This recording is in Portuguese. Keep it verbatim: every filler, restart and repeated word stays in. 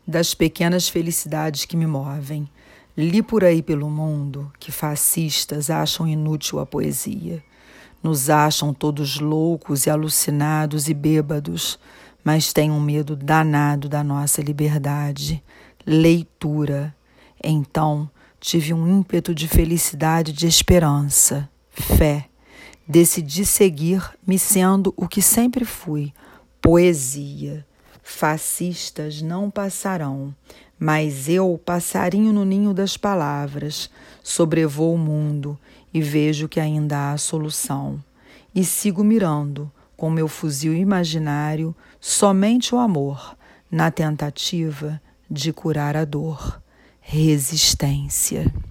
das pequenas felicidades que me movem. Li por aí pelo mundo que fascistas acham inútil a poesia. Nos acham todos loucos e alucinados e bêbados, mas têm um medo danado da nossa liberdade. Leitura. Então, tive um ímpeto de felicidade e de esperança, fé. Decidi seguir me sendo o que sempre fui, poesia. Fascistas não passarão, mas eu, passarinho no ninho das palavras, sobrevoo o mundo e vejo que ainda há solução. E sigo mirando, com meu fuzil imaginário, somente o amor, na tentativa de curar a dor. Resistência.